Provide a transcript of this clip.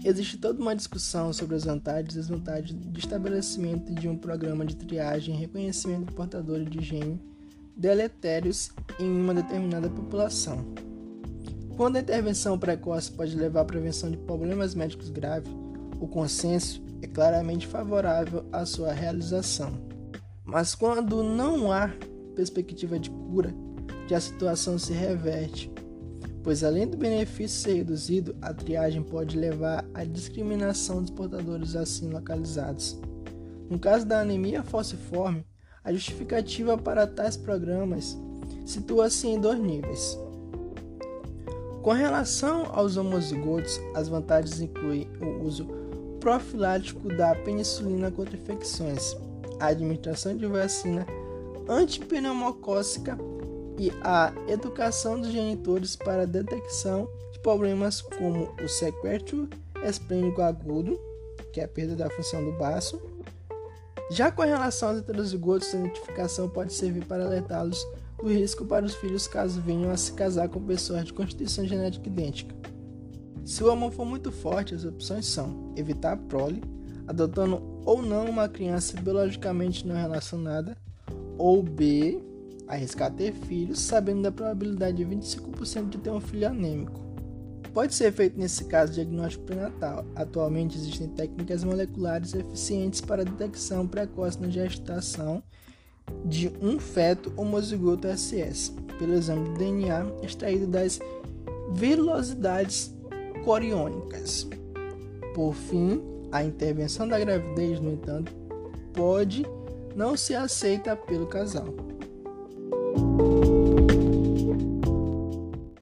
existe toda uma discussão sobre as vantagens e desvantagens de estabelecimento de um programa de triagem e reconhecimento de portadores de genes deletérios em uma determinada população. Quando a intervenção precoce pode levar à prevenção de problemas médicos graves, o consenso é claramente favorável à sua realização. Mas quando não há perspectiva de cura, a situação se reverte, pois além do benefício ser reduzido, a triagem pode levar à discriminação dos portadores assim localizados. No caso da anemia falciforme, a justificativa para tais programas situa-se em 2 níveis. Com relação aos homozigotos, as vantagens incluem o uso profilático da penicilina contra infecções, a administração de vacina antipneumocócica e a educação dos genitores para a detecção de problemas como o sequestro esplênico agudo, que é a perda da função do baço. Já com relação aos heterozigotos, a identificação pode servir para alertá-los do risco para os filhos caso venham a se casar com pessoas de constituição genética idêntica. Se o amor for muito forte, as opções são evitar a prole, adotando ou não uma criança biologicamente não relacionada, ou B, arriscar ter filhos, sabendo da probabilidade de 25% de ter um filho anêmico. Pode ser feito nesse caso diagnóstico pré-natal. Atualmente existem técnicas moleculares eficientes para a detecção precoce na gestação de um feto homozigoto SS, pelo exame de DNA extraído das vilosidades coriônicas. Por fim, a intervenção da gravidez, no entanto, pode não ser aceita pelo casal.